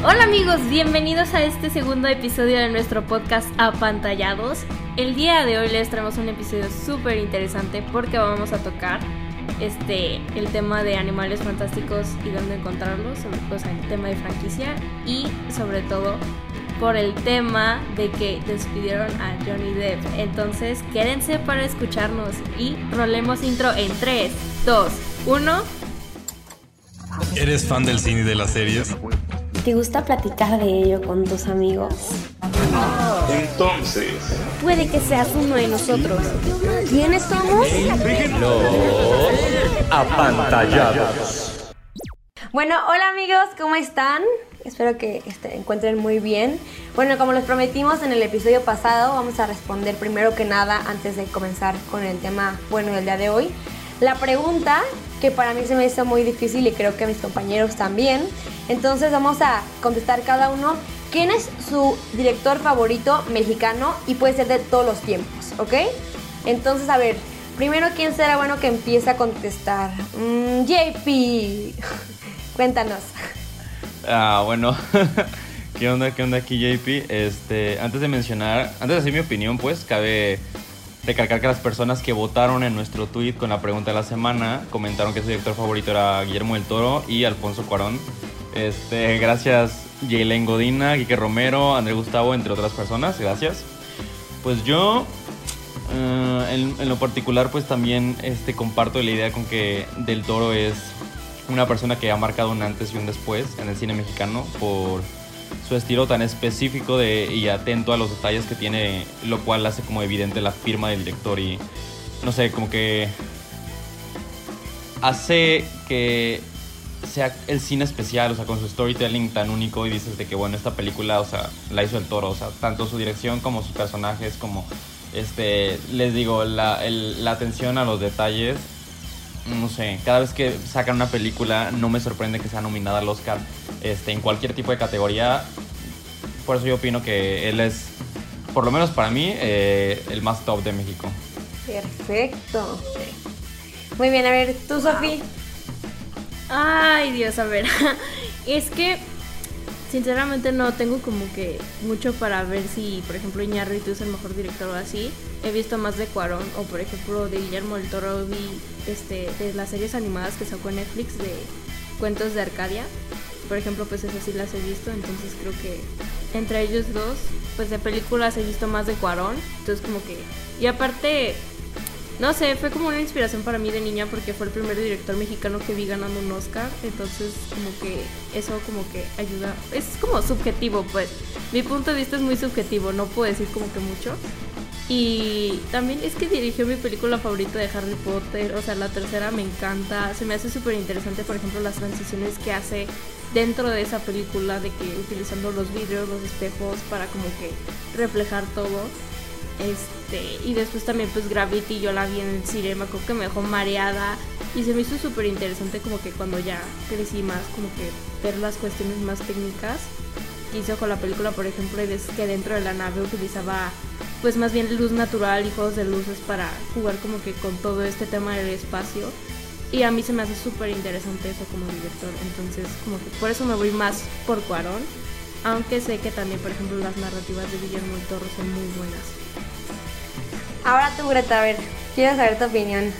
Hola amigos, bienvenidos a este segundo episodio de nuestro podcast Apantallados. El día de hoy les traemos un episodio súper interesante porque vamos a tocar el tema de animales fantásticos y dónde encontrarlos, o sea, el tema de franquicia y sobre todo por el tema de que despidieron a Johnny Depp. Entonces quédense para escucharnos y rolemos intro en 3, 2, 1. ¿Eres fan del cine y de las series? ¿Te gusta platicar de ello con tus amigos? Entonces, puede que seas uno de nosotros. ¿Quiénes somos? los apantallados. Bueno, hola amigos, ¿cómo están? Espero que encuentren muy bien. Bueno, como les prometimos en el episodio pasado, vamos a responder primero que nada, antes de comenzar con el tema bueno del día de hoy, la pregunta que para mí se me hizo muy difícil y creo que a mis compañeros también. Entonces vamos a contestar cada uno quién es su director favorito mexicano y puede ser de todos los tiempos, ¿ok? Entonces, a ver, primero, ¿quién será bueno que empiece a contestar? JP, cuéntanos. Bueno, ¿qué onda aquí, JP? Antes de decir mi opinión, pues, cabe recalcar que las personas que votaron en nuestro tweet con la pregunta de la semana comentaron que su director favorito era Guillermo del Toro y Alfonso Cuarón. Gracias Jaylen Godina, Quique Romero, André Gustavo, entre otras personas, gracias. Pues yo, en lo particular, pues también comparto la idea con que Del Toro es una persona que ha marcado un antes y un después en el cine mexicano por su estilo tan específico y atento a los detalles que tiene, lo cual hace como evidente la firma del director y, no sé, como que hace que sea el cine especial, o sea, con su storytelling tan único y dices de que, bueno, esta película, o sea, la hizo el Toro, o sea, tanto su dirección como sus personajes, como, les digo, la atención a los detalles. No sé, cada vez que sacan una película no me sorprende que sea nominada al Oscar en cualquier tipo de categoría. Por eso yo opino que él es, por lo menos para mí, el más top de México. Perfecto. Muy bien, a ver, tú, Sofi. Ay, Dios, a ver. Es que sinceramente no tengo como que mucho para ver si, por ejemplo, Iñárritu es el mejor director o así. He visto más de Cuarón o, por ejemplo, de Guillermo del Toro vi de las series animadas que sacó Netflix de Cuentos de Arcadia. Por ejemplo, pues esas sí las he visto, entonces creo que entre ellos dos, pues de películas he visto más de Cuarón. Entonces como que... Y aparte, no sé, fue como una inspiración para mí de niña porque fue el primer director mexicano que vi ganando un Oscar. Entonces como que eso como que ayuda. Es como subjetivo, pues. Mi punto de vista es muy subjetivo, no puedo decir como que mucho. Y también es que dirigió mi película favorita de Harry Potter. O sea, la tercera me encanta. Se me hace súper interesante, por ejemplo, las transiciones que hace dentro de esa película, de que utilizando los vidrios, los espejos para como que reflejar todo. Y después también pues Gravity yo la vi en el cine, me acuerdo que me dejó mareada y se me hizo súper interesante como que cuando ya crecí más, como que ver las cuestiones más técnicas que hizo con la película. Por ejemplo, es que dentro de la nave utilizaba pues más bien luz natural y juegos de luces para jugar como que con todo este tema del espacio, y a mí se me hace súper interesante eso como director. Entonces como que por eso me voy más por Cuarón, aunque sé que también, por ejemplo, las narrativas de Guillermo del Toro son muy buenas. Ahora tú, Greta, a ver, quiero saber tu opinión.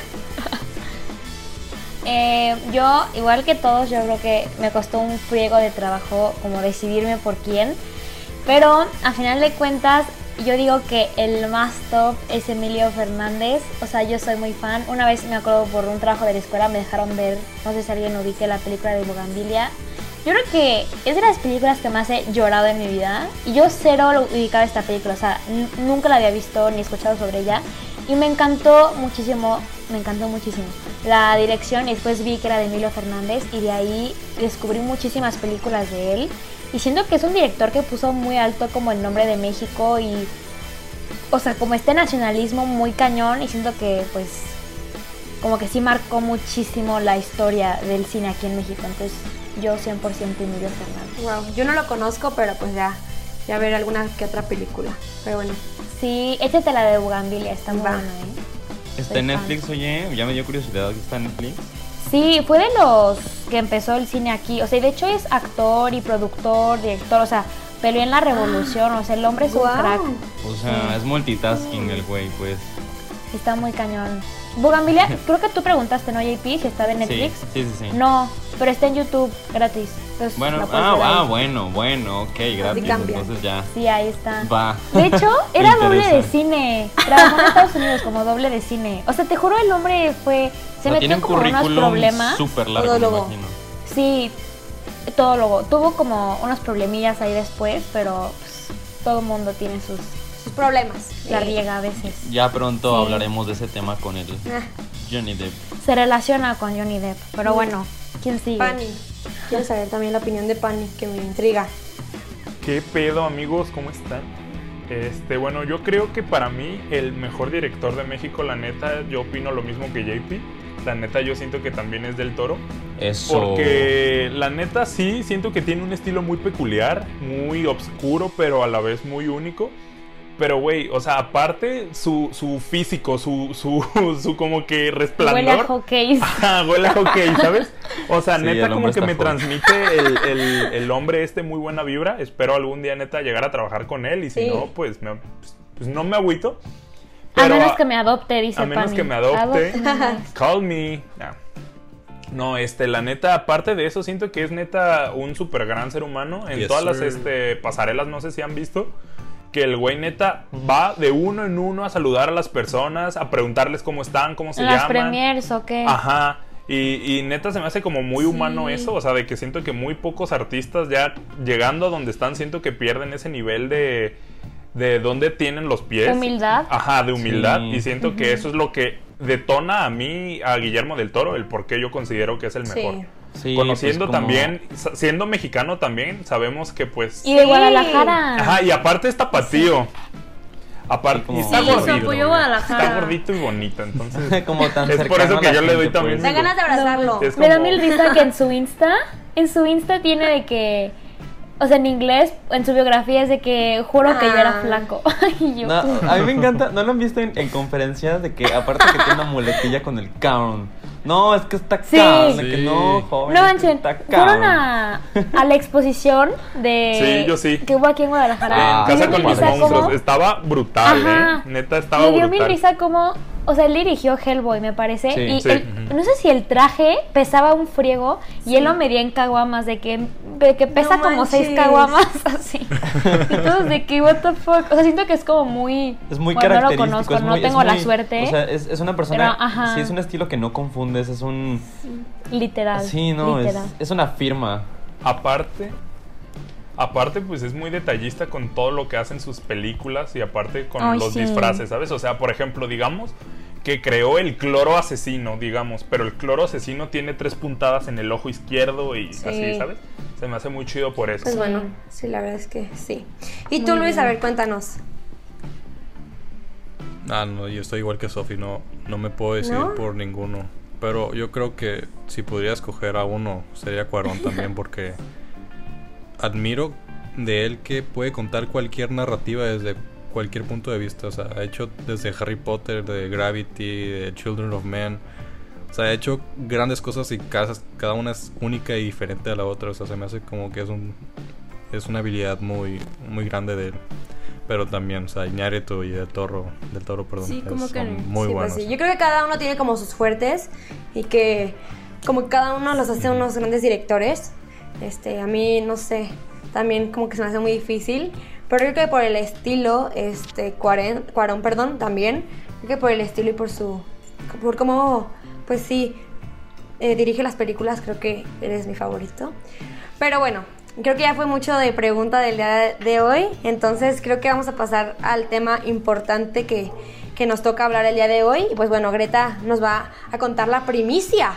Yo, igual que todos, yo creo que me costó un friego de trabajo como decidirme por quién, pero a final de cuentas yo digo que el más top es Emilio Fernández. O sea, yo soy muy fan. Una vez me acuerdo, por un trabajo de la escuela me dejaron ver, no sé si alguien ubique, la película de Bugambilia. Yo creo que es de las películas que más he llorado en mi vida. Y yo cero lo ubicaba esta película, o sea, nunca la había visto ni escuchado sobre ella. Y me encantó muchísimo la dirección, y después vi que era de Emilio Fernández y de ahí descubrí muchísimas películas de él. Y siento que es un director que puso muy alto como el nombre de México y, o sea, como este nacionalismo muy cañón, y siento que pues como que sí marcó muchísimo la historia del cine aquí en México. Entonces yo 100% Emilio Fernández. Wow, yo no lo conozco, pero pues ya ver alguna que otra película. Pero bueno. Sí, échate la de Bugambilia, está muy buena, ¿Está en Netflix, oye? Ya me dio curiosidad, ¿que está en Netflix? Sí, fue de los que empezó el cine aquí. O sea, y de hecho es actor y productor, director, o sea, peleó en la revolución, o sea, el hombre es un crack. O sea, es multitasking el güey, pues. Está muy cañón. Bugambilia, creo que tú preguntaste, ¿no, JP? Si está de Netflix. Sí. No, pero está en YouTube gratis. Entonces, Bueno, la puedes ver ahí. bueno, ok, gratis. cambia. Entonces ya. Sí, ahí está. Va. De hecho, Me era doble de interesa. cine. Trabajó en Estados Unidos como doble de cine. O sea, te juro, el hombre fue... Se O sea, tiene metió un como en unos currículum problemas. súper largo, me Todólogo. imagino. Sí, todólogo. Tuvo como unos problemillas ahí después, pero pues, todo el mundo tiene sus... Sus problemas. La riega a veces. Ya pronto Sí. hablaremos de ese tema con el Ah, Johnny Depp. Se relaciona con Johnny Depp. Pero bueno, ¿quién sigue? Pani. Quiero saber también la opinión de Pani, que me intriga. ¿Qué pedo, amigos? ¿Cómo están? Bueno, yo creo que para mí el mejor director de México, la neta, yo opino lo mismo que JP. La neta, yo siento que también es Del Toro. Eso. Porque la neta sí, siento que tiene un estilo muy peculiar, muy oscuro, pero a la vez muy único. Pero, güey, o sea, aparte su físico, su como que resplandor. Huele a hockey. Ajá, huele a hockey, ¿sabes? O sea, Sí, neta el como hombre que está me full. transmite el hombre muy buena vibra. Espero algún día, neta, llegar a trabajar con él. Y si Sí. no, pues no me agüito. A Pero menos que me adopte, dice a menos Pani. que me adopte. Adóptame. Call me. No, la neta, aparte de eso, siento que es neta un súper gran ser humano. En Yes, todas las sir. pasarelas, no sé si han visto, que el güey neta va de uno en uno a saludar a las personas, a preguntarles cómo están, cómo se ¿En las llaman. premiers o qué? Ajá. Y neta se me hace como muy humano eso, o sea, de que siento que muy pocos artistas ya llegando a donde están, siento que pierden ese nivel de dónde tienen los pies. Humildad. Ajá, de humildad. Sí. Y siento que eso es lo que detona a mí, a Guillermo del Toro, el por qué yo considero que es el mejor. Sí. Sí, Conociendo pues, como- también, siendo mexicano también, sabemos que pues... Y de Guadalajara. Ajá, y aparte está patío. Aparte, Sí, como- y está Sí, su gordito. apoyo a Guadalajara. Está gordito y bonito, entonces... como tan Es por cercano eso que a la yo le doy gente, también Da ganas de abrazarlo. Es Me da como- mil risa que en su Insta tiene de que, o sea, en inglés, en su biografía es de que juro que yo era Ah. flaco. Y yo, No, a mí me encanta, ¿no lo han visto en conferencias? De que aparte que tiene una muletilla con el count. No, es que está Sí. count. De Sí. que no, joven. no es que manchen, está fueron count. a la exposición de Sí, yo sí. que hubo aquí en Guadalajara. Ah, Me dio Casa mil con mis risa monstruos. cómo- Estaba brutal, Ajá. Neta, estaba Me dio brutal. mil risa como, o sea, él dirigió Hellboy, me parece, Sí. y Sí. no sé si el traje pesaba un friego y él lo medía en caguamas, de que pesa No como 6 manches. caguamas, así. Y todos de que, what the fuck, o sea, siento que es como muy... Es muy bueno, no lo característico. conozco, es no muy- es tengo la muy- suerte, O sea, es una persona. Pero, ajá. Sí, es un estilo que no confundes. Es un. literal. Sí, no, literal. es una firma. Aparte, pues es muy detallista con todo lo que hacen sus películas y aparte con Ay, los sí. disfraces, ¿sabes? O sea, por ejemplo, digamos que creó el cloro asesino, digamos, pero el cloro asesino tiene 3 puntadas en el ojo izquierdo y Sí. así, ¿sabes? Se me hace muy chido por eso. Pues Sí. bueno, sí, la verdad es que sí. Y Muy tú, Luis, bien. a ver, cuéntanos. No, yo estoy igual que Sofi, no me puedo decidir ¿No? por ninguno. Pero yo creo que si pudiera escoger a uno, sería Cuarón también, porque admiro de él que puede contar cualquier narrativa desde cualquier punto de vista. O sea, ha hecho desde Harry Potter, de Gravity, de Children of Men. O sea, ha hecho grandes cosas y cada una es única y diferente a la otra. O sea, se me hace como que es una habilidad muy, muy grande de él. Pero también, o sea, Iñárritu y Del Toro, perdón, Sí, como son que- muy Sí, pues buenos. sí. Yo creo que cada uno tiene como sus fuertes y que como que cada uno los hace unos grandes directores. A mí, no sé, también como que se me hace muy difícil. Pero yo creo que por el estilo, Cuarón, perdón, también. Creo que por el estilo y por cómo, pues sí, dirige las películas, creo que eres mi favorito. Pero bueno, creo que ya fue mucho de pregunta del día de hoy. Entonces creo que vamos a pasar al tema importante que nos toca hablar el día de hoy. Y pues bueno, Greta nos va a contar la primicia.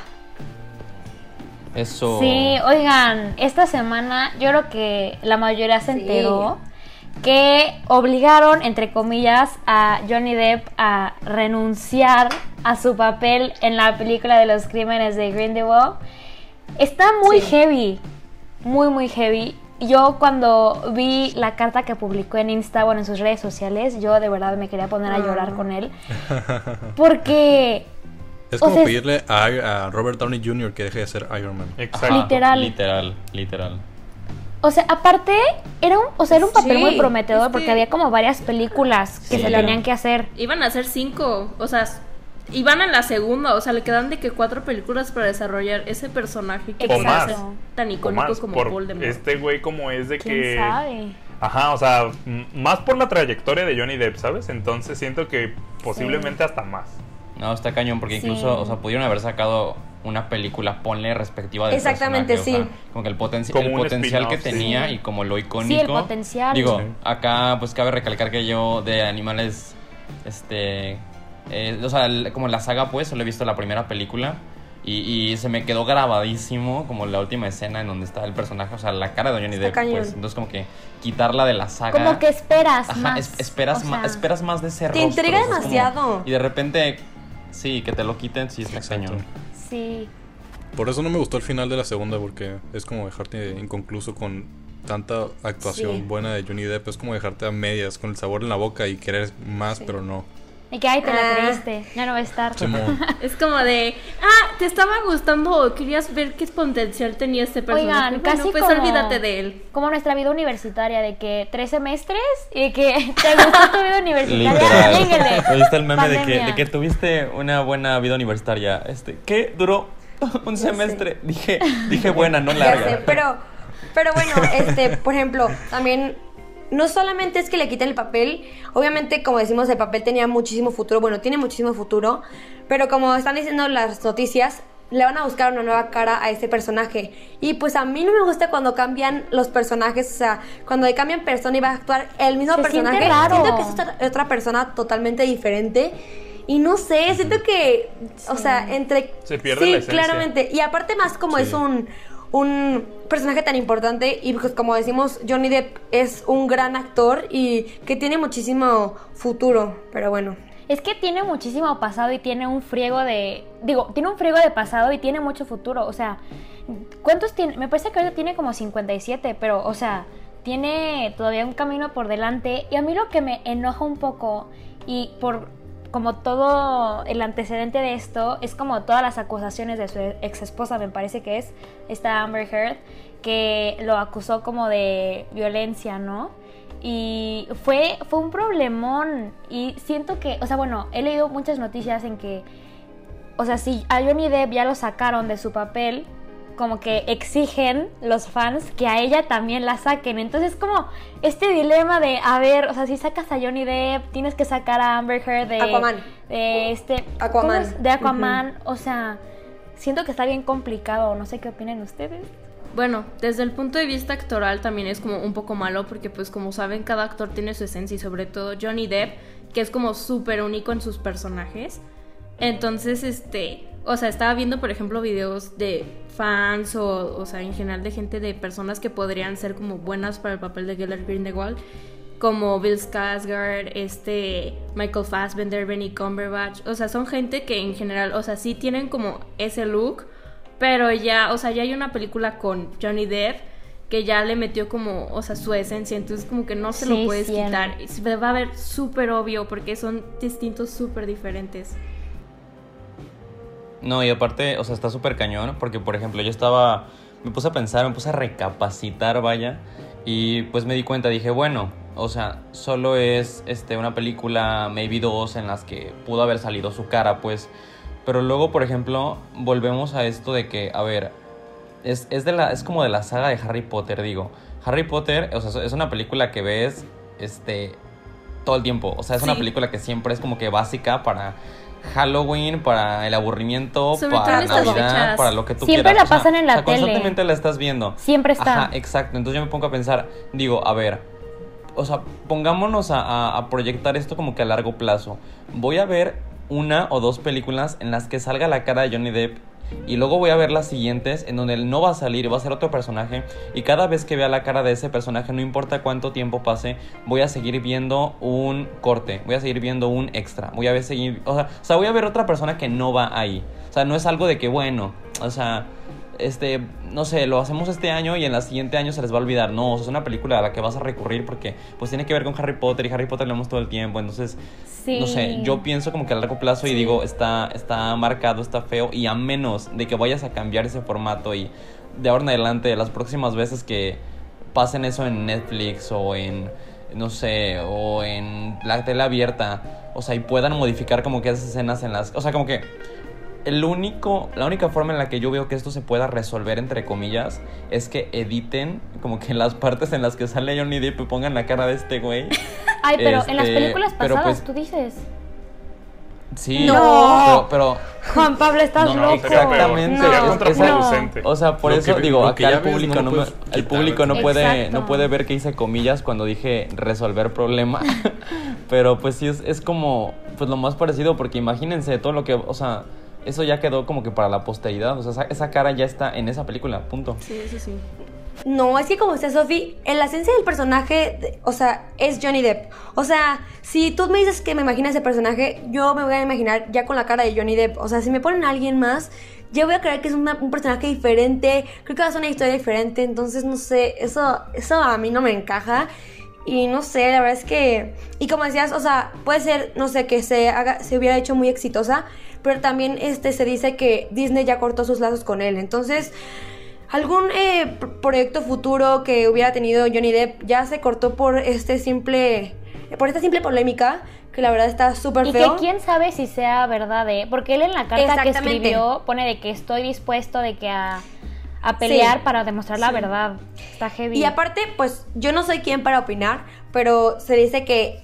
Eso. Sí, oigan, esta semana yo creo que la mayoría se Sí. enteró que obligaron, entre comillas, a Johnny Depp a renunciar a su papel en la película de los crímenes de Grindelwald. Está muy Sí. heavy, muy, muy heavy. Yo cuando vi la carta que publicó en Insta, bueno, en sus redes sociales, yo de verdad me quería poner a llorar con él. Porque Es como O sea, pedirle a Robert Downey Jr. que deje de ser Iron Man. Exacto. Literal. O sea, aparte, era un papel Sí, muy prometedor es que- porque había como varias películas que Sí, se claro. tenían que hacer. Iban a hacer 5, o sea, iban en la segunda, o sea, le quedan de que 4 películas para desarrollar ese personaje que O puede más. ser tan O icónico más, como por Voldemort. este güey como es de ¿Quién que... sabe? Ajá, o sea, más por la trayectoria de Johnny Depp, ¿sabes? Entonces siento que posiblemente hasta más. No, está cañón, porque Sí. incluso, o sea, pudieron haber sacado una película, ponle respectiva del Exactamente, personaje, o sí. sea, como que el, Como el un potencial que spin-off, sí. tenía y como lo icónico. Sí, el potencial. Digo, Sí. acá pues cabe recalcar que yo de animales, o sea, como la saga pues, solo he visto la primera película y se me quedó grabadísimo como la última escena en donde está el personaje, o sea, la cara de Johnny Está Depp, cañón. pues, entonces como que quitarla de la saga. Como que esperas Ajá, más. esperas, o sea, esperas más de ese Te rostro, intriga o sea, es como- demasiado. y de repente, sí, que te lo quiten, sí está Exacto. cañón. Sí. Por eso no me gustó el final de la segunda, porque es como dejarte inconcluso con tanta actuación Sí. buena de Johnny Depp. Es como dejarte a medias, con el sabor en la boca y querer más, pero no. Y que, ay, te la Ah. creíste. Ya no va a estar. Simón. Es como de, te estaba gustando o querías ver qué potencial tenía este personaje. Oigan, Bueno, casi pues como... olvídate de él. Como nuestra vida universitaria, de que 3 semestres y que te gustó tu vida universitaria. Literal. Lléguele. ¿Oíste el meme de Pandemia. que tuviste una buena vida universitaria? ¿Qué? Duró un Ya semestre. Dije buena, no Ya larga. sé, pero bueno, por ejemplo, también no solamente es que le quiten el papel, obviamente como decimos el papel tenía muchísimo futuro, bueno, tiene muchísimo futuro, pero como están diciendo las noticias, le van a buscar una nueva cara a este personaje. Y pues a mí no me gusta cuando cambian los personajes, o sea, cuando le cambian persona y va a actuar el mismo Se siente personaje, raro. siento que es otra persona totalmente diferente. Y no sé, siento que, o sea, entre... Se pierde sí, la esencia. claramente. Y aparte más como Sí. es un personaje tan importante y pues como decimos, Johnny Depp es un gran actor y que tiene muchísimo futuro, pero bueno. Es que tiene muchísimo pasado y tiene un friego de... Digo, tiene un friego de pasado y tiene mucho futuro. O sea, ¿cuántos tiene? Me parece que ahorita tiene como 57, pero, o sea, tiene todavía un camino por delante. Y a mí lo que me enoja un poco, y por como todo el antecedente de esto, es como todas las acusaciones de su ex esposa, me parece que es, esta Amber Heard, que lo acusó como de violencia, ¿no? Y fue un problemón. Y siento que, o sea, bueno, he leído muchas noticias en que, o sea, si a Johnny Depp ya lo sacaron de su papel, como que exigen los fans que a ella también la saquen. Entonces, como este dilema de, a ver, o sea, si sacas a Johnny Depp, tienes que sacar a Amber Heard de Aquaman. ¿cómo Aquaman. es? De Aquaman. O sea, siento que está bien complicado. No sé qué opinan ustedes. Bueno, desde el punto de vista actoral también es como un poco malo porque pues como saben cada actor tiene su esencia y sobre todo Johnny Depp, que es como súper único en sus personajes. Entonces, o sea, estaba viendo por ejemplo videos de fans o sea, en general de gente, de personas que podrían ser como buenas para el papel de Gellert Grindelwald, como Bill Skarsgård, Michael Fassbender, Benny Cumberbatch. O sea, son gente que en general, o sea, sí tienen como ese look, pero ya, o sea, ya hay una película con Johnny Depp que ya le metió como, o sea, su esencia, entonces como que no se Sí, lo puedes cierto. quitar. Y se va a ver súper obvio porque son distintos, súper diferentes. No, y aparte, o sea, está súper cañón, porque por ejemplo, me puse a pensar, me puse a recapacitar, vaya, y pues me di cuenta, dije, bueno, o sea, solo es una película, maybe 2, en las que pudo haber salido su cara, pues, pero luego, por ejemplo, volvemos a esto de que, a ver, es como de la saga de Harry Potter, digo. Harry Potter, o sea, es una película que ves, todo el tiempo, o sea, es una Sí. película que siempre es como que básica para Halloween, para el aburrimiento, Sobre todo para en estas Navidad, fechas. para lo que tú Siempre quieras. la pasan en la tele. Constantemente la estás viendo. Siempre está. Ajá, exacto. Entonces yo me pongo a pensar, digo, a ver, o sea, pongámonos a proyectar esto como que a largo plazo. Voy a ver 1 o 2 películas en las que salga la cara de Johnny Depp y luego voy a ver las siguientes en donde él no va a salir, va a ser otro personaje, y cada vez que vea la cara de ese personaje, no importa cuánto tiempo pase, voy a seguir viendo un corte, voy a seguir viendo un extra, voy a seguir, o sea, voy a ver otra persona que no va ahí. O sea, no es algo de que, bueno, o sea, no sé, lo hacemos este año y en el siguiente año se les va a olvidar. No, o sea, es una película a la que vas a recurrir porque pues tiene que ver con Harry Potter y Harry Potter lo vemos todo el tiempo. Entonces, Sí. no sé, yo pienso como que a largo plazo y digo, está marcado, está feo, y a menos de que vayas a cambiar ese formato y de ahora en adelante, las próximas veces que pasen eso en Netflix o en, no sé, o en la tele abierta, o sea, y puedan modificar como que esas escenas en las... O sea, como que la única forma en la que yo veo que esto se pueda resolver, entre comillas, es que editen como que las partes en las que sale Johnny Depp y pongan la cara de este güey. Ay, pero en las películas pero pasadas, pues, tú dices. Sí, No. pero Juan Pablo, estás No, loco. sería peor, exactamente. sería No. contraproducente. o sea, por Lo eso que- digo, lo que acá ya el ves, público no lo no, puedes el público no quitar. puede Exacto. ver que hice comillas cuando dije resolver problema. Pero pues sí es como pues lo más parecido, porque imagínense todo lo que, o sea, eso ya quedó como que para la posteridad, o sea, esa cara ya está en esa película, punto. Sí, eso sí. No, es que como decía Sofi, en la esencia del personaje, o sea, es Johnny Depp. O sea, si tú me dices que me imagina ese personaje, yo me voy a imaginar ya con la cara de Johnny Depp. O sea, si me ponen a alguien más, yo voy a creer que es un personaje diferente. Creo que va a ser una historia diferente. Entonces, no sé, eso a mí no me encaja. Y no sé, la verdad es que... Y como decías, o sea, puede ser, no sé, que se hubiera hecho muy exitosa, pero también se dice que Disney ya cortó sus lazos con él. Entonces... algún proyecto futuro que hubiera tenido Johnny Depp ya se cortó por esta simple polémica, que la verdad está súper Y feo. que quién sabe si sea verdad, porque él en la carta que Exactamente. escribió pone de que estoy dispuesto de que a pelear Sí. para demostrar la Sí. verdad. Está heavy. Y aparte, pues yo no soy quien para opinar, pero se dice que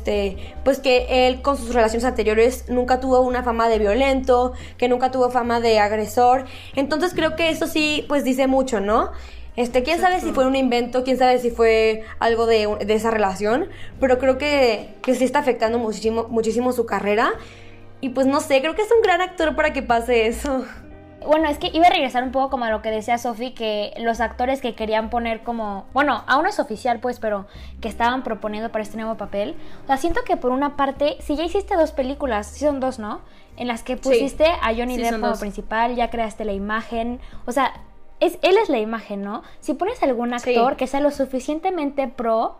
pues que él con sus relaciones anteriores nunca tuvo una fama de violento, que nunca tuvo fama de agresor. Entonces creo que eso sí pues dice mucho, ¿no? Quién sabe si fue un invento, quién sabe si fue algo de esa relación, pero creo que sí está afectando muchísimo su carrera. Y pues no sé, creo que es un gran actor para que pase eso. Bueno, es que iba a regresar un poco como a lo que decía Sofi, que los actores que querían poner como... Bueno, aún no es oficial pues, pero que estaban proponiendo para este nuevo papel. O sea, siento que por una parte, si ya hiciste 2 películas, sí son 2, ¿no? En las que pusiste a Johnny Sí, Depp son como 2. principal, ya creaste la imagen. O sea, él es la imagen, ¿no? Si pones algún actor Sí. que sea lo suficientemente pro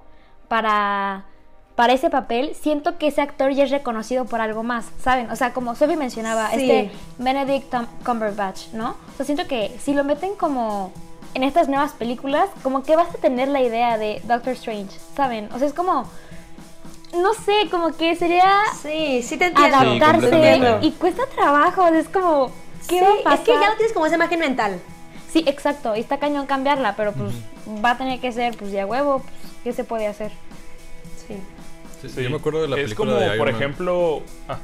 para ese papel, siento que ese actor ya es reconocido por algo más, ¿saben? O sea, como Sophie mencionaba, Sí. Benedict Cumberbatch, ¿no? O sea, siento que si lo meten como en estas nuevas películas, como que vas a tener la idea de Doctor Strange, ¿saben? O sea, es como... No sé, como que sería Sí, sí te entiendo. adaptarse completamente. y cuesta trabajo, es como... ¿Qué Sí, va a pasar? es que ya no tienes como esa imagen mental. Sí, exacto, y está cañón cambiarla, pero pues va a tener que ser pues de a huevo, pues, ¿qué se puede hacer? Sí. Sí, yo me acuerdo de la es película como, de Iron por Man. ejemplo...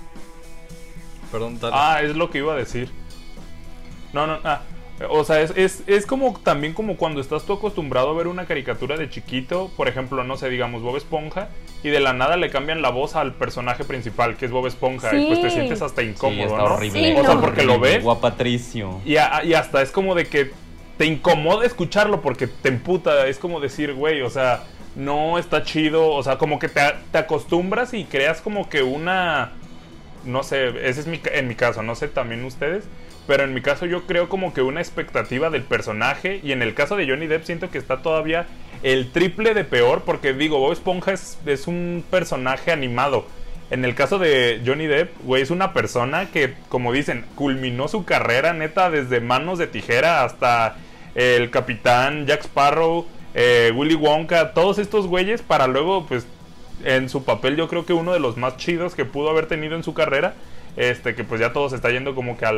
Perdón, dale. es lo que iba a decir. No. O sea, es como también como cuando estás tú acostumbrado a ver una caricatura de chiquito, por ejemplo, no sé, digamos Bob Esponja, y de la nada le cambian la voz al personaje principal, que es Bob Esponja, y pues te Sí. sientes hasta incómodo, Sí, está ¿no? horrible. Sí, O sea, no. porque lo ves Guapatricio. y hasta es como de que te incomoda escucharlo porque te emputa, es como decir, güey, o sea, no está chido, o sea, como que te acostumbras y creas como que una... No sé, ese es en mi caso, no sé también ustedes, pero en mi caso yo creo como que una expectativa del personaje, y en el caso de Johnny Depp siento que está todavía el triple de peor, porque digo, Bob Esponja es un personaje animado. En el caso de Johnny Depp, güey, es una persona que, como dicen, culminó su carrera, neta, desde Manos de Tijera hasta el Capitán Jack Sparrow, Willy Wonka, todos estos güeyes, para luego, pues, en su papel yo creo que uno de los más chidos que pudo haber tenido en su carrera, que pues ya todo se está yendo como que a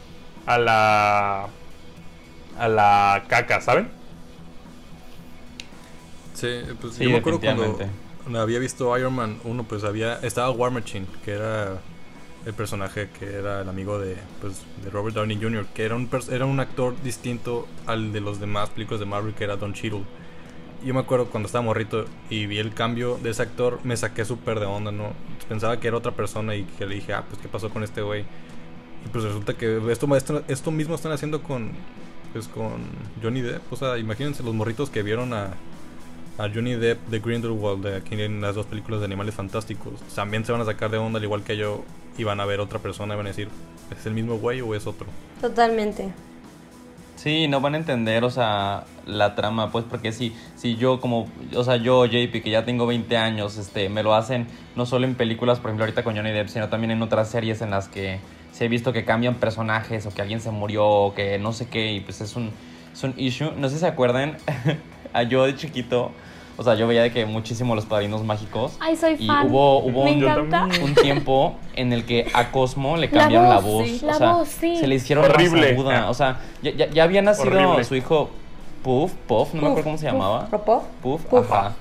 la caca, ¿saben? Sí, pues Sí, yo me acuerdo cuando definitivamente. había visto Iron Man 1, pues estaba War Machine, que era el personaje que era el amigo de Robert Downey Jr., que era un actor distinto al de los demás películas de Marvel, que era Don Cheadle. Yo me acuerdo cuando estaba morrito y vi el cambio de ese actor, me saqué súper de onda, ¿no? Pensaba que era otra persona y que le dije, pues ¿qué pasó con este güey? Y pues resulta que esto mismo están haciendo con Johnny Depp. O sea, imagínense los morritos que vieron a Johnny Depp de Grindelwald de aquí en las 2 películas de Animales Fantásticos. También se van a sacar de onda al igual que yo, y van a ver otra persona y van a decir, ¿es el mismo güey o es otro? Totalmente. Sí, no van a entender, o sea, la trama, pues, porque si yo como, o sea, yo, JP, que ya tengo 20 años, me lo hacen no solo en películas, por ejemplo, ahorita con Johnny Depp, sino también en otras series en las que se he visto que cambian personajes o que alguien se murió o que no sé qué, y pues es un issue. No sé si se acuerdan, yo de chiquito, o sea, yo veía de que muchísimo Los Padrinos Mágicos. Ay, soy y fan. hubo Me encanta. un tiempo en el que a Cosmo le cambiaron la voz. Sí. O La sea, voz, sí. se le hicieron Horrible. más aguda. O sea, ya había nacido Horrible. su hijo Puff, no me acuerdo cómo se llamaba. ¿Puff? Puff, ajá.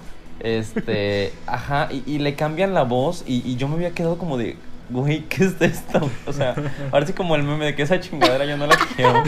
Ajá, y le cambian la voz y yo me había quedado como de, güey, ¿qué es esto? O sea, ahora sí como el meme de que esa chingadera yo no la quiero.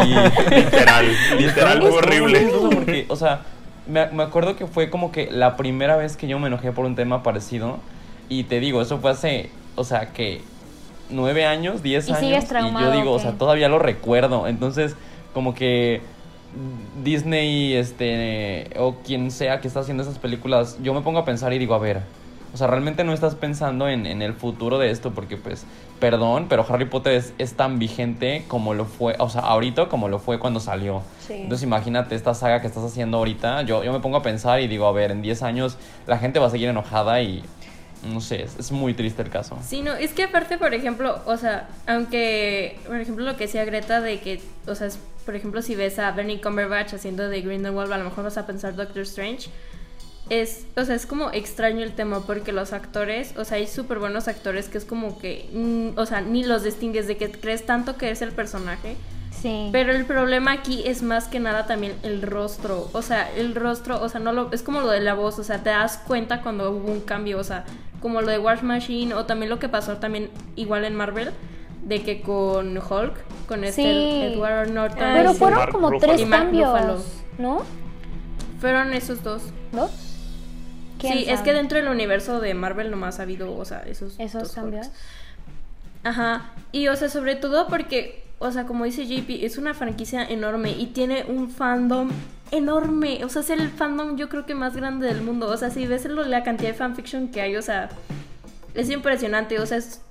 Literal, fue horrible. Porque, o sea, me acuerdo que fue como que la primera vez que yo me enojé por un tema parecido. Y te digo, eso fue hace, o sea, que 9 años, 10 ¿Y años. sigues Y traumado yo digo, o o sea, qué? todavía lo recuerdo. Entonces, como que Disney, o quien sea que está haciendo esas películas, yo me pongo a pensar y digo, a ver, o sea, realmente no estás pensando en el futuro de esto, porque pues, perdón, pero Harry Potter es tan vigente como lo fue, o sea, ahorita como lo fue cuando salió. Sí. Entonces imagínate esta saga que estás haciendo ahorita, yo me pongo a pensar y digo, a ver, en 10 años la gente va a seguir enojada y no sé, es muy triste el caso. Sí, no, es que aparte, por ejemplo, o sea, aunque, por ejemplo, lo que decía Greta de que, o sea, por ejemplo, si ves a Benedict Cumberbatch haciendo de Grindelwald, a lo mejor vas a pensar Doctor Strange. O sea, es como extraño el tema porque los actores, o sea, hay súper buenos actores que es como que, o sea, ni los distingues de que crees tanto que es el personaje. Sí. Pero el problema aquí es más que nada también el rostro. O sea, el rostro, o sea, es como lo de la voz, o sea, te das cuenta cuando hubo un cambio, o sea, como lo de War Machine o también lo que pasó también igual en Marvel, de que con Hulk, con Sí. Edward Norton. Pero sí. fueron Mark como Ruffalo. 3 Y Mark Ruffalo. cambios, ¿no? Fueron esos dos. ¿2? Sí, es que dentro del universo de Marvel nomás ha habido, o sea, esos dos cambios. Hulks. Ajá, y o sea, sobre todo porque, o sea, como dice JP, es una franquicia enorme y tiene un fandom enorme, o sea, es el fandom yo creo que más grande del mundo, o sea, si ves la cantidad de fanfiction que hay, o sea, es impresionante, o sea, es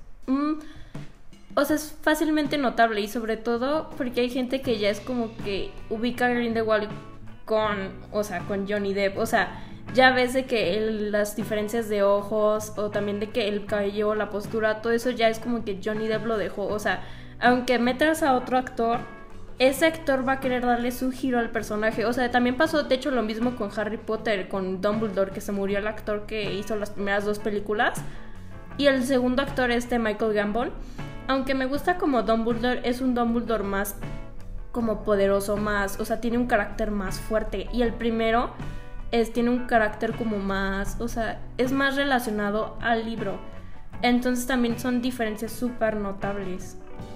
fácilmente notable y sobre todo porque hay gente que ya es como que ubica a Grindelwald con Johnny Depp, o sea, ya ves de que las diferencias de ojos o también de que el cabello, la postura, todo eso ya es como que Johnny Depp lo dejó, o sea, aunque metas a otro actor, ese actor va a querer darle su giro al personaje, o sea, también pasó de hecho lo mismo con Harry Potter, con Dumbledore, que se murió el actor que hizo las primeras 2 películas y el segundo actor Michael Gambon, aunque me gusta como Dumbledore, es un Dumbledore más como poderoso, más, o sea, tiene un carácter más fuerte y el primero tiene un carácter como más, o sea, es más relacionado al libro. Entonces también son diferencias súper notables.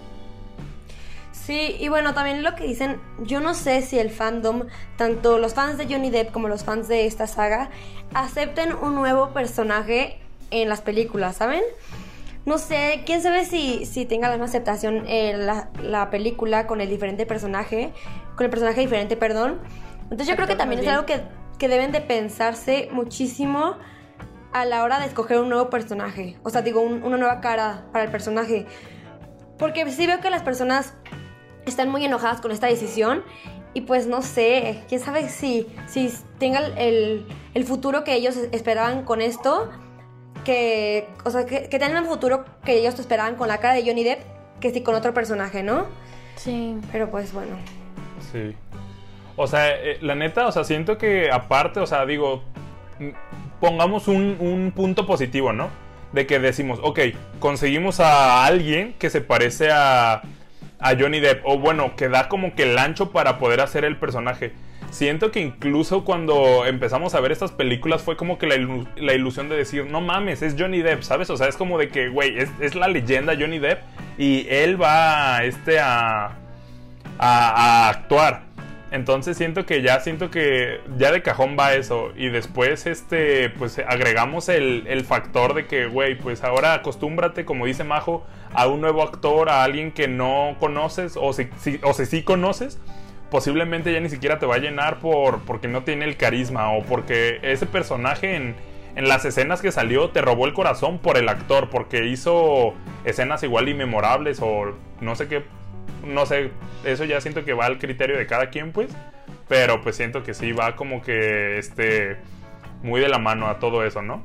Sí, y bueno, también lo que dicen, yo no sé si el fandom, tanto los fans de Johnny Depp como los fans de esta saga, acepten un nuevo personaje en las películas, ¿saben? No sé, quién sabe si tenga la misma aceptación la película con el personaje diferente, perdón. Entonces yo creo que también es algo que deben de pensarse muchísimo a la hora de escoger un nuevo personaje. O sea, digo, una nueva cara para el personaje. Porque sí veo que las personas están muy enojadas con esta decisión. Y pues no sé, quién sabe si tengan el futuro que ellos esperaban con esto. Que tengan un futuro que ellos esperaban con la cara de Johnny Depp, que sí con otro personaje, ¿no? Sí. Pero pues bueno. Sí. O sea, la neta, o sea, siento que aparte, o sea, digo, pongamos un punto positivo, ¿no? De que decimos, ok, conseguimos a alguien que se parece a Johnny Depp, o bueno, que da como que el ancho para poder hacer el personaje. Siento que incluso cuando empezamos a ver estas películas fue como que la ilusión de decir, no mames, es Johnny Depp, ¿sabes? O sea, es como de que, güey, es la leyenda Johnny Depp y él va a actuar. Entonces siento que ya de cajón va eso. Y después pues agregamos el factor de que, güey, pues ahora acostúmbrate, como dice Majo, a un nuevo actor, a alguien que no conoces, o si sí conoces, posiblemente ya ni siquiera te va a llenar porque no tiene el carisma, o porque ese personaje en las escenas que salió te robó el corazón por el actor, porque hizo escenas igual inmemorables, o no sé qué No sé, eso ya siento que va al criterio de cada quien, pues. Pero pues siento que sí va como que muy de la mano a todo eso, ¿no?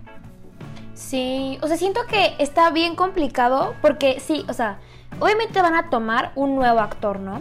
Sí, o sea, siento que está bien complicado porque sí, o sea, obviamente van a tomar un nuevo actor, ¿no?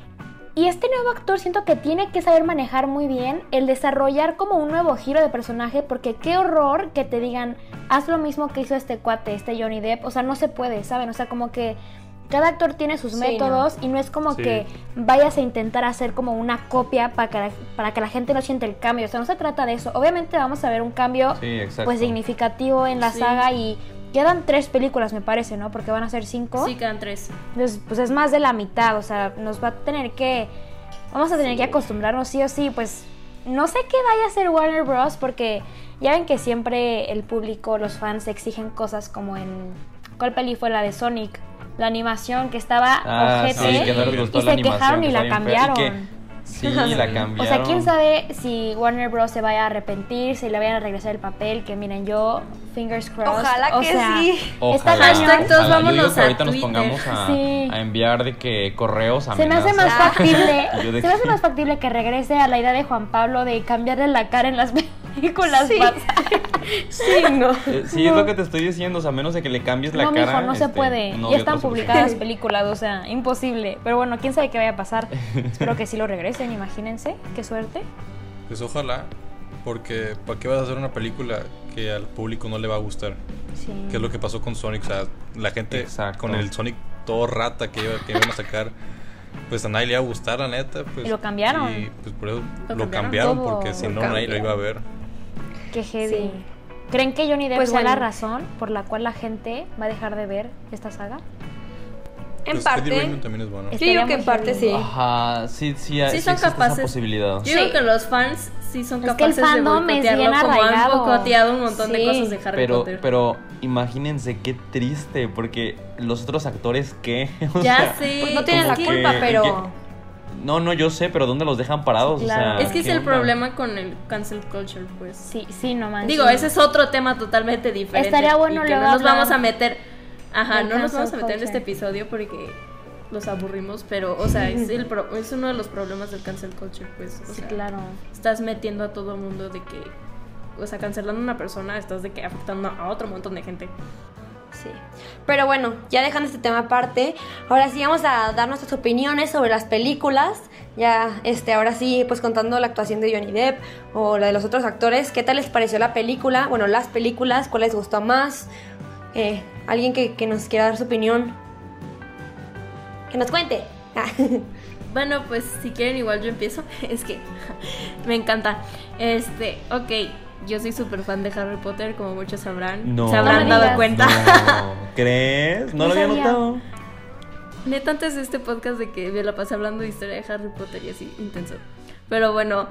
Y este nuevo actor siento que tiene que saber manejar muy bien el desarrollar como un nuevo giro de personaje, porque qué horror que te digan, haz lo mismo que hizo este cuate, este Johnny Depp, o sea, no se puede, ¿saben? O sea, como que cada actor tiene sus métodos, ¿no? Y no es como que vayas a intentar hacer como una copia para que la gente no sienta el cambio, o sea, no se trata de eso. Obviamente vamos a ver un cambio pues significativo en la saga y quedan 3 películas, me parece, ¿no? Porque van a ser 5. Sí, quedan 3. Entonces, pues es más de la mitad, o sea, vamos a tener que acostumbrarnos sí o sí, pues no sé qué vaya a hacer Warner Bros. Porque ya ven que siempre el público, los fans exigen cosas como en... ¿Cuál peli fue? La de Sonic. La animación que estaba ojete, que no les gustó y la se quejaron y la cambiaron. Sí, la cambiaron. O sea, quién sabe si Warner Bros. Se vaya a arrepentir, si le vayan a regresar el papel, que miren, yo, fingers crossed. Ojalá que sí. Está Hashtag todos vámonos yo digo que a ahorita Twitter. nos pongamos a enviar de que correos, Se me hace amenazas. más factible, Yo de se me hace más factible que regrese a la idea de Juan Pablo de cambiarle la cara en las películas. Sí, no. Sí, es lo que te estoy diciendo, o sea, a menos de que le cambies la No, cara. mijo, no se puede. no, Ya de están otras publicadas opciones. películas, o sea, imposible. Pero bueno, quién sabe qué vaya a pasar. Espero que sí lo regresen, imagínense. Qué suerte. Pues ojalá, porque ¿para qué vas a hacer una película que al público no le va a gustar? Sí. ¿Qué es lo que pasó con Sonic? O sea, la gente con el Sonic todo rata que iban a sacar, pues a nadie le iba a gustar, la neta. Pues, Y lo cambiaron. Y pues por eso Lo lo cambiaron cambiaron, todo. porque si Lo no nadie lo cambiaron. iba a ver. Qué heavy. Sí. ¿Creen que Johnny Depp Pues sea la bueno. razón por la cual la gente va a dejar de ver esta saga? En Pues parte. Eddie Redmayne también es bueno. Yo digo que en parte sí. Ajá, sí Sí son existe capaces. esa posibilidad. Yo digo que los fans sí son Es que el capaces de fandom es bien boicotearlo, como han arraigado. boicoteado un montón de Sí. cosas de Harry Potter. Pero imagínense qué triste, porque los otros actores, ¿qué? O Ya sea, sé. Pues no tienen la es que- culpa, pero... No, yo sé, pero ¿dónde los dejan parados? Claro. O sea, Es que es ¿qué el onda? problema con el cancel culture, pues. Sí, no manches. Digo, ese es otro tema totalmente diferente. Estaría bueno y que luego no nos hablar vamos a meter. Ajá, del no nos cancel vamos a meter en culture. este episodio porque los aburrimos, pero, o sea, es uno de los problemas del cancel culture, pues. O Sí, sea, claro. estás metiendo a todo el mundo de que, o sea, cancelando a una persona, estás de que afectando a otro montón de gente. Sí. Pero bueno, ya dejando este tema aparte, ahora sí vamos a dar nuestras opiniones sobre las películas. Ya, ahora sí, pues contando la actuación de Johnny Depp o la de los otros actores. ¿Qué tal les pareció la película? Bueno, las películas, ¿cuál les gustó más? Alguien que nos quiera dar su opinión. Que nos cuente. Bueno, pues si quieren igual yo empiezo. Es que me encanta. Ok, yo soy súper fan de Harry Potter, como muchos sabrán. No. Se habrán No me dado digas. cuenta. No, ¿crees? No No lo había sabía. notado. Neta, antes de este podcast de que me la pasé hablando de historia de Harry Potter y así, intenso. Pero bueno,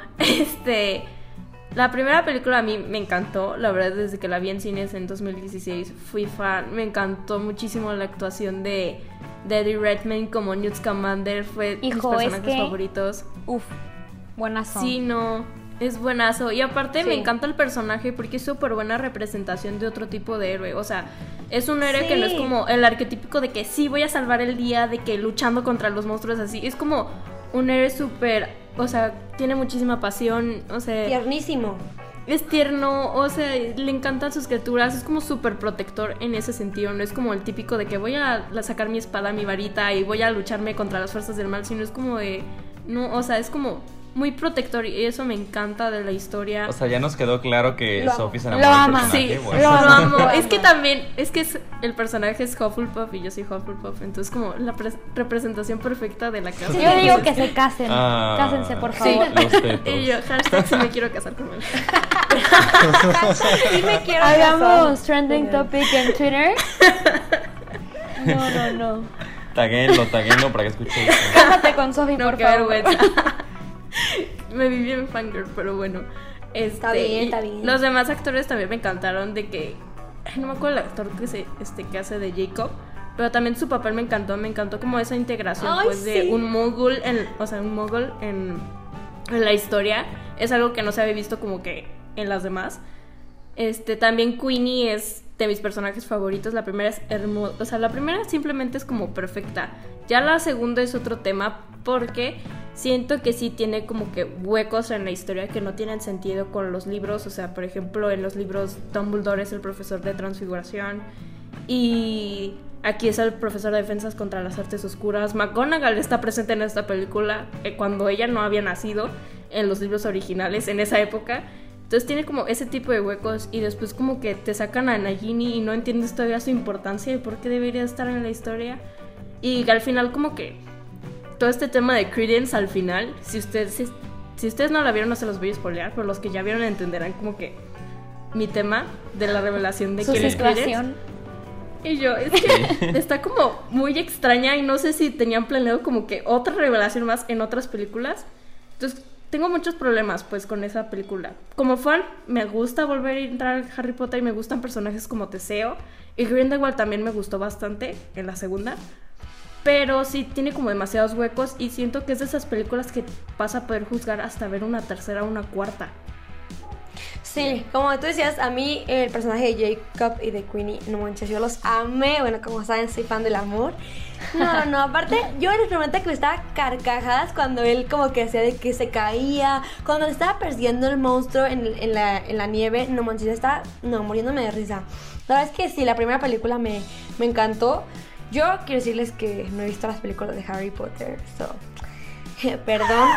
la primera película a mí me encantó. La verdad, desde que la vi en cines en 2016 fui fan. Me encantó muchísimo la actuación de Eddie Redmayne como Newt Scamander. Fue Hijo, mis es personajes que- favoritos. Uf, buenas son. Sí, no, es buenazo. Y aparte Sí. me encanta el personaje porque es súper buena representación de otro tipo de héroe. O sea, es un héroe Sí. que no es como el arquetípico de que sí voy a salvar el día, de que luchando contra los monstruos así. Es como un héroe súper, o sea, tiene muchísima pasión, o sea, Tiernísimo. es tierno, o sea, le encantan sus criaturas, es como súper protector en ese sentido, no es como el típico de que voy a sacar mi espada, mi varita y voy a lucharme contra las fuerzas del mal, sino es como de, no, o sea, es como muy protector y eso me encanta de la historia. O sea, ya nos quedó claro que Lo amo. Sophie se Lo enamoró del ama. personaje. Sí, Bueno. lo amo. Lo Es amo. que también, el personaje es Hufflepuff y yo soy Hufflepuff, entonces como la representación perfecta de la casa. Yo digo que se casen. Ah, Cásense, por sí, favor. los tetos. Y yo, hashtag si me quiero casar con él. Sí me quiero Hagamos casar. trending topic en Twitter. No. Taguenlo para que escuche esto. Cásate con Sophie, No, por qué favor. vergüenza. Me vi bien fangirl, pero bueno. Está bien, y está bien. Los demás actores también me encantaron de que... Ay, no me acuerdo el actor que hace de Jacob, pero también su papel me encantó como esa integración Ay, pues de sí. un mogul en la historia. Es algo que no se había visto como que en las demás. También Queenie es de mis personajes favoritos. La primera es hermosa, o sea, la primera simplemente es como perfecta. Ya la segunda es otro tema porque siento que sí tiene como que huecos en la historia que no tienen sentido con los libros. O sea, por ejemplo, en los libros Dumbledore es el profesor de transfiguración y aquí es el profesor de defensas contra las artes oscuras. McGonagall está presente en esta película cuando ella no había nacido en los libros originales en esa época. Entonces tiene como ese tipo de huecos y después como que te sacan a Nagini y no entiendes todavía su importancia y por qué debería estar en la historia. Y al final como que todo este tema de Credence al final, si ustedes no la vieron no se los voy a spoilear, pero los que ya vieron entenderán como que mi tema de la revelación de quién es Credence. Y yo, es que está como muy extraña y no sé si tenían planeado como que otra revelación más en otras películas. Entonces tengo muchos problemas pues con esa película. Como fan, me gusta volver a entrar a Harry Potter y me gustan personajes como Teseo. Y Grindelwald también me gustó bastante en la segunda. Pero sí tiene como demasiados huecos y siento que es de esas películas que vas a poder juzgar hasta ver una tercera o una cuarta. Sí, como tú decías, a mí el personaje de Jacob y de Queenie, no manches, yo los amé. Bueno, como saben, soy fan del amor. No, aparte, yo les prometo que me estaba carcajadas cuando él como que hacía de que se caía, cuando le estaba persiguiendo el monstruo en la nieve. No manches, estaba muriéndome de risa. La verdad es que sí, la primera película me encantó. Yo quiero decirles que no he visto las películas de Harry Potter, so... Perdón.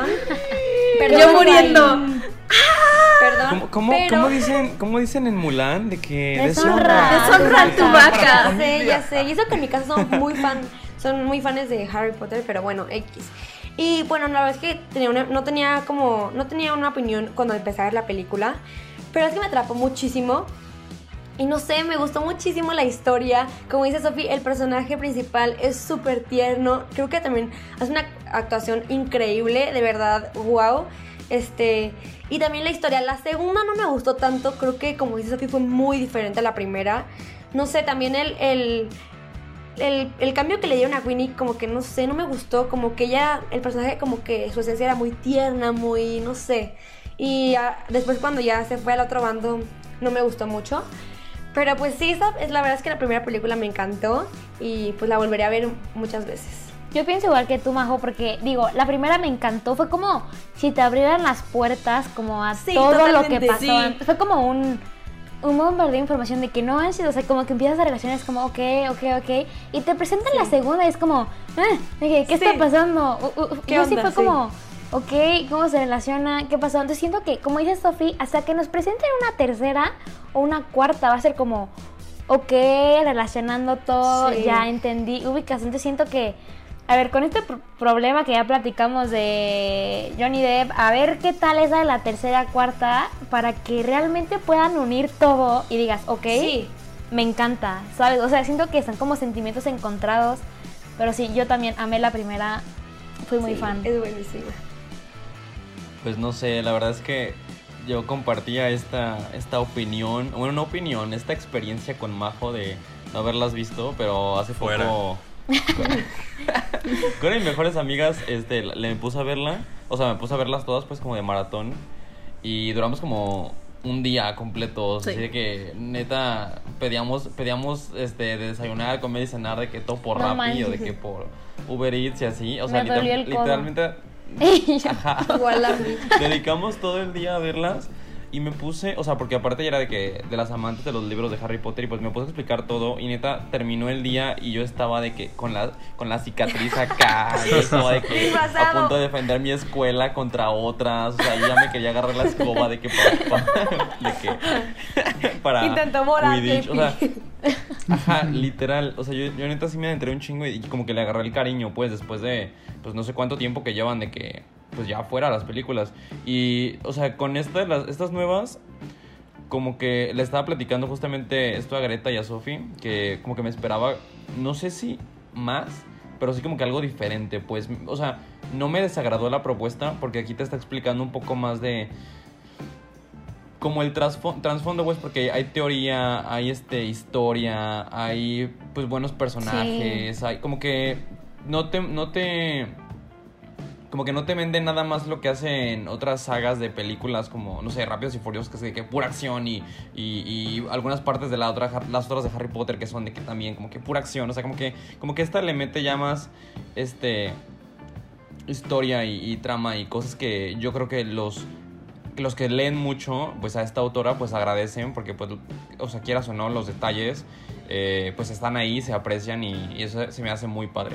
Yo muriendo. Perdón. ¿Cómo dicen en Mulan? De que deshonra tu vaca. Ya sé. Y eso que en mi casa son muy fans de Harry Potter, pero bueno, X. Y bueno, la verdad es que no tenía una opinión cuando empecé a ver la película, pero es que me atrapó muchísimo. Y no sé, me gustó muchísimo la historia. Como dice Sofi, el personaje principal es súper tierno. Creo que también hace una actuación increíble, de verdad, wow. Y también la historia. La segunda no me gustó tanto. Creo que, como dice Sofi, fue muy diferente a la primera. No sé, también el cambio que le dieron a Queenie, como que no sé, no me gustó. Como que el personaje, como que su esencia era muy tierna, muy, no sé. Y después cuando ya se fue al otro bando, no me gustó mucho. Pero pues sí, la verdad es que la primera película me encantó y pues la volveré a ver muchas veces. Yo pienso igual que tú, Majo, porque digo, la primera me encantó, fue como si te abrieran las puertas como a todo lo que pasó. Sí. Fue como un bombardeo de información de que no han sido, o sea, como que empiezas a relacionar, es como ok, y te presentan la segunda y es como, ¿qué está pasando? ¿Qué onda? Sí fue como... Ok, ¿cómo se relaciona? ¿Qué pasó? Entonces siento que, como dice Sofi, hasta que nos presenten una tercera o una cuarta va a ser como, ok, relacionando todo, ya entendí, ubicas. Entonces siento que, a ver, con este problema que ya platicamos de Johnny Depp, a ver qué tal es la de la tercera, cuarta, para que realmente puedan unir todo y digas, ok, me encanta, ¿sabes? O sea, siento que están como sentimientos encontrados, pero sí, yo también amé la primera, fui muy fan. Es buenísima. Pues no sé, la verdad es que yo compartía esta opinión, bueno, no opinión, esta experiencia con Majo de no haberlas visto, pero hace poco con mis mejores amigas me puse a verla, o sea, me puse a verlas todas pues como de maratón y duramos como un día completo, así de que neta pedíamos de desayunar, comer y cenar de que todo por Rappi o de que por Uber Eats y así, o sea, literalmente ajá. Igual a mí. Dedicamos todo el día a verlas y me puse, o sea, porque aparte ya era de las amantes de los libros de Harry Potter y pues me puse a explicar todo y neta terminó el día y yo estaba de que con la cicatriz acá y estaba de que a punto de defender mi escuela contra otras, o sea, yo ya me quería agarrar la escoba de que para intentó morar, Quidditch, o sea, ajá, literal, o sea, yo neta sí me entré un chingo y como que le agarré el cariño pues después de pues no sé cuánto tiempo que llevan de que pues ya fuera las películas. Y, o sea, con estas nuevas, como que le estaba platicando justamente esto a Greta y a Sofi, que como que me esperaba, no sé si más, pero sí como que algo diferente, pues, o sea, no me desagradó la propuesta, porque aquí te está explicando un poco más de como el trasfondo, pues, porque hay teoría, hay historia, hay pues buenos personajes, hay como que no te como que no te venden nada más lo que hacen otras sagas de películas como, no sé, Rápidos y Furiosos, que es de que pura acción y algunas partes de las otras de Harry Potter que son de que también como que pura acción, o sea, como que esta le mete ya más historia y trama y cosas que yo creo que los que leen mucho pues a esta autora pues agradecen porque pues, o sea, quieras o no, los detalles pues están ahí, se aprecian y eso se me hace muy padre.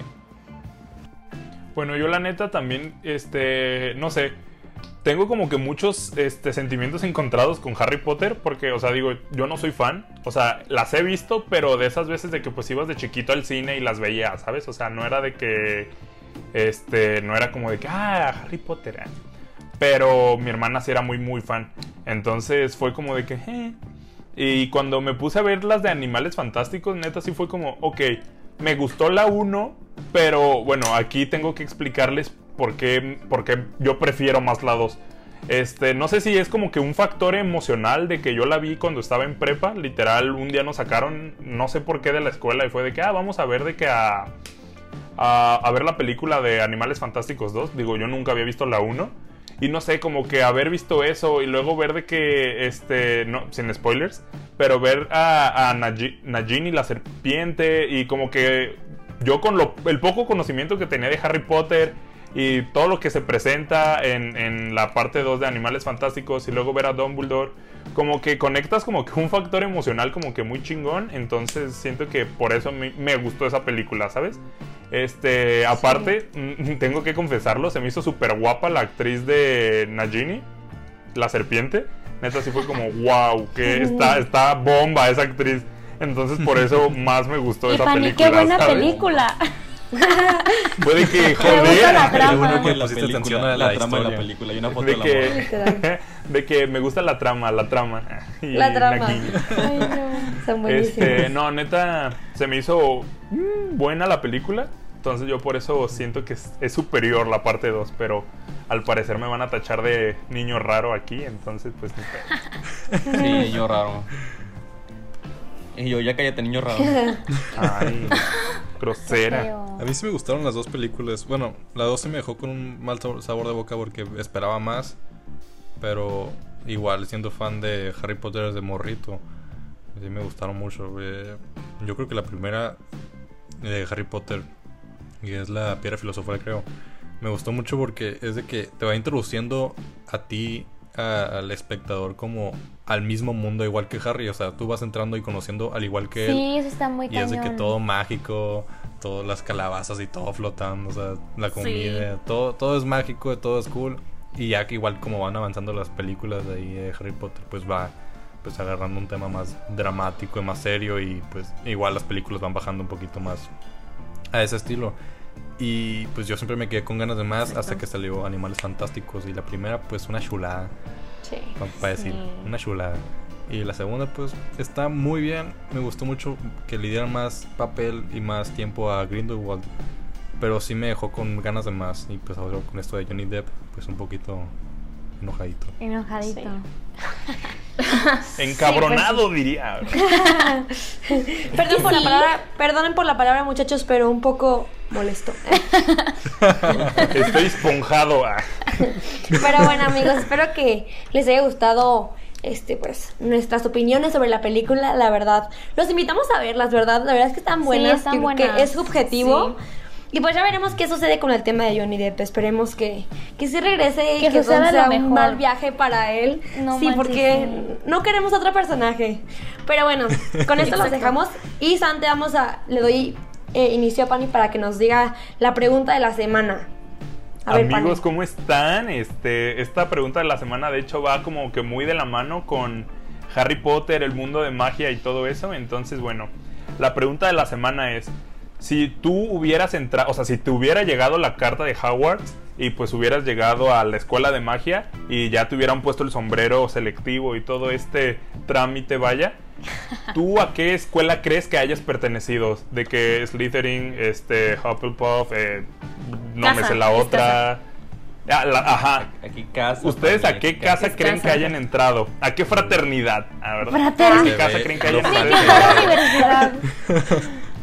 Bueno, yo la neta también, no sé, tengo como que muchos sentimientos encontrados con Harry Potter porque, o sea, digo, yo no soy fan, o sea, las he visto, pero de esas veces de que pues ibas de chiquito al cine y las veías, ¿sabes? O sea, no era de que, no era como de que, Harry Potter, Pero mi hermana sí era muy, muy fan, entonces fue como de que, Y cuando me puse a ver las de Animales Fantásticos, neta sí fue como, ok, me gustó la 1, pero bueno, aquí tengo que explicarles por qué yo prefiero más la 2. No sé si es como que un factor emocional de que yo la vi cuando estaba en prepa. Literal, un día nos sacaron, no sé por qué, de la escuela y fue de que, vamos a ver de que a ver la película de Animales Fantásticos 2. Digo, yo nunca había visto la 1. Y no sé, como que haber visto eso y luego ver de que, no, sin spoilers, pero ver a Nagini la serpiente y como que yo con el poco conocimiento que tenía de Harry Potter y todo lo que se presenta en la parte 2 de Animales Fantásticos y luego ver a Dumbledore, como que conectas como que un factor emocional como que muy chingón, entonces siento que por eso me gustó esa película, ¿sabes? Aparte, tengo que confesarlo, se me hizo súper guapa la actriz de Nagini, la serpiente. Neta, sí fue como, wow, que está bomba esa actriz. Entonces, por eso más me gustó esa película. ¡Qué buena ¿sabes? película! Puede que, Me gusta la joder, trama. Que la trama de la película y una foto de la morra. de que me gusta la trama. Y La trama. Nagini. Ay, no. Son buenísimos. No, neta, se me hizo buena la película. Entonces yo por eso siento que es superior la parte 2, pero al parecer me van a tachar de niño raro aquí, entonces pues ni pedo. Sí, niño raro. Y yo, ya cállate, niño raro. Ay, grosera. A mí sí me gustaron las dos películas. Bueno, la 2 se me dejó con un mal sabor de boca porque esperaba más, pero igual siendo fan de Harry Potter desde morrito, sí me gustaron mucho. Yo creo que la primera de Harry Potter, y es la Piedra Filosofal, creo, me gustó mucho porque es de que te va introduciendo a ti, al espectador, como al mismo mundo igual que Harry. O sea, tú vas entrando y conociendo al igual que él. Sí, eso está muy y es de que cañón. todo mágico, todas las calabazas y todo flotando, o sea, la comida, todo es mágico, todo es cool. Y ya que igual como van avanzando las películas de ahí de Harry Potter, pues va pues agarrando un tema más dramático y más serio, y pues igual las películas van bajando un poquito más a ese estilo. Y pues yo siempre me quedé con ganas de más hasta que salió Animales Fantásticos, y la primera pues una chulada, Sí. para decir, una chulada. Y la segunda pues está muy bien. Me gustó mucho que le dieran más papel y más tiempo a Grindelwald, pero sí me dejó con ganas de más. Y pues ahora con esto de Johnny Depp pues un poquito enojadito. Enojadito. Encabronado, diría. Perdonen por la palabra, muchachos, pero un poco molesto. Estoy esponjado. Pero bueno, amigos, espero que les haya gustado pues nuestras opiniones sobre la película. La verdad, los invitamos a verlas, ¿verdad? La verdad es que están buenas. están Yo creo que buenas. es subjetivo. Sí. Y pues ya veremos qué sucede con el tema de Johnny Depp. Esperemos que sí regrese y Que que suceda no sea lo un mejor. mal viaje para él. No sí, manches, porque sí. no queremos otro personaje. Pero bueno, con esto los Exacto. dejamos. Y Sante, le doy inicio a Pani para que nos diga la pregunta de la semana. A ver, Amigos, Pani. ¿cómo están? Esta pregunta de la semana de hecho va como que muy de la mano con Harry Potter, el mundo de magia y todo eso. Entonces, bueno, la pregunta de la semana es: si tú hubieras entrado, o sea, si te hubiera llegado la carta de Hogwarts y pues hubieras llegado a la escuela de magia y ya te hubieran puesto el sombrero selectivo y todo este trámite, vaya, ¿tú a qué escuela crees que hayas pertenecido? De que Slytherin, Hufflepuff, no Casa, me sé la es otra. Ajá. Aquí casa. ¿Ustedes a qué casa Es creen casa. que hayan entrado? ¿A qué fraternidad? ¿A verdad? Fraternidad. ¿A qué casa creen que hayan Sí, entrado? que fue a la universidad.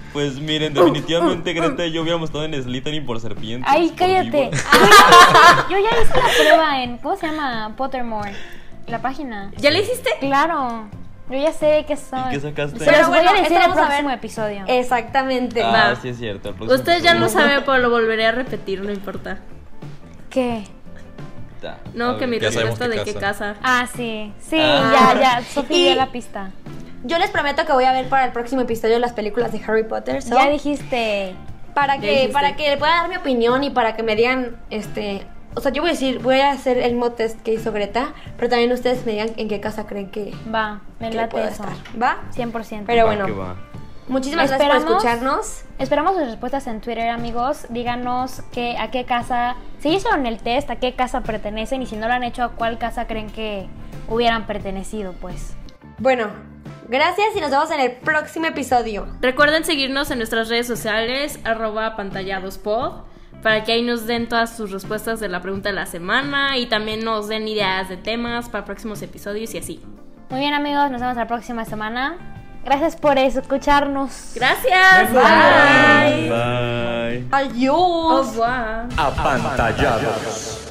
Pues miren, definitivamente Greta y yo hubiéramos estado en Slytherin por serpientes. Ay, por cállate. víboras. Yo ya hice la prueba en, ¿cómo se llama? Pottermore, la página. ¿Ya le hiciste? Claro, yo ya sé de qué son. ¿Y qué sacaste? Se Pero los voy bueno, a decir esto el vamos a próximo ver. episodio. Exactamente. Ah, Va. sí es cierto. el próximo Usted ya lo episodio. sabe, pero lo volveré a repetir, no importa. ¿Qué? A No, que ver. mi ya sabemos respuesta qué de qué casa. casa. Ah, sí. Sí, Ah. ya. Sofía Y- dio la pista. Yo les prometo que voy a ver para el próximo episodio las películas de Harry Potter. ¿so? Ya dijiste. para Ya que dijiste. para que pueda dar mi opinión y para que me digan o sea, yo voy a hacer el mock test que hizo Greta, pero también ustedes me digan en qué casa creen que Va, me que late pueda eso. estar. ¿Va? 100%. Pero Va bueno. que va. Muchísimas gracias por Esperamos- escucharnos. Esperamos sus respuestas en Twitter, amigos. Díganos a qué casa, si hicieron el test, a qué casa pertenecen y si no lo han hecho, a cuál casa creen que hubieran pertenecido, pues. Bueno, gracias y nos vemos en el próximo episodio. Recuerden seguirnos en nuestras redes sociales, @pantalladospod, para que ahí nos den todas sus respuestas de la pregunta de la semana y también nos den ideas de temas para próximos episodios y así. Muy bien, amigos, nos vemos la próxima semana. Gracias por escucharnos. Gracias. Bye. Bye. Adiós. Au revoir. Apantallados.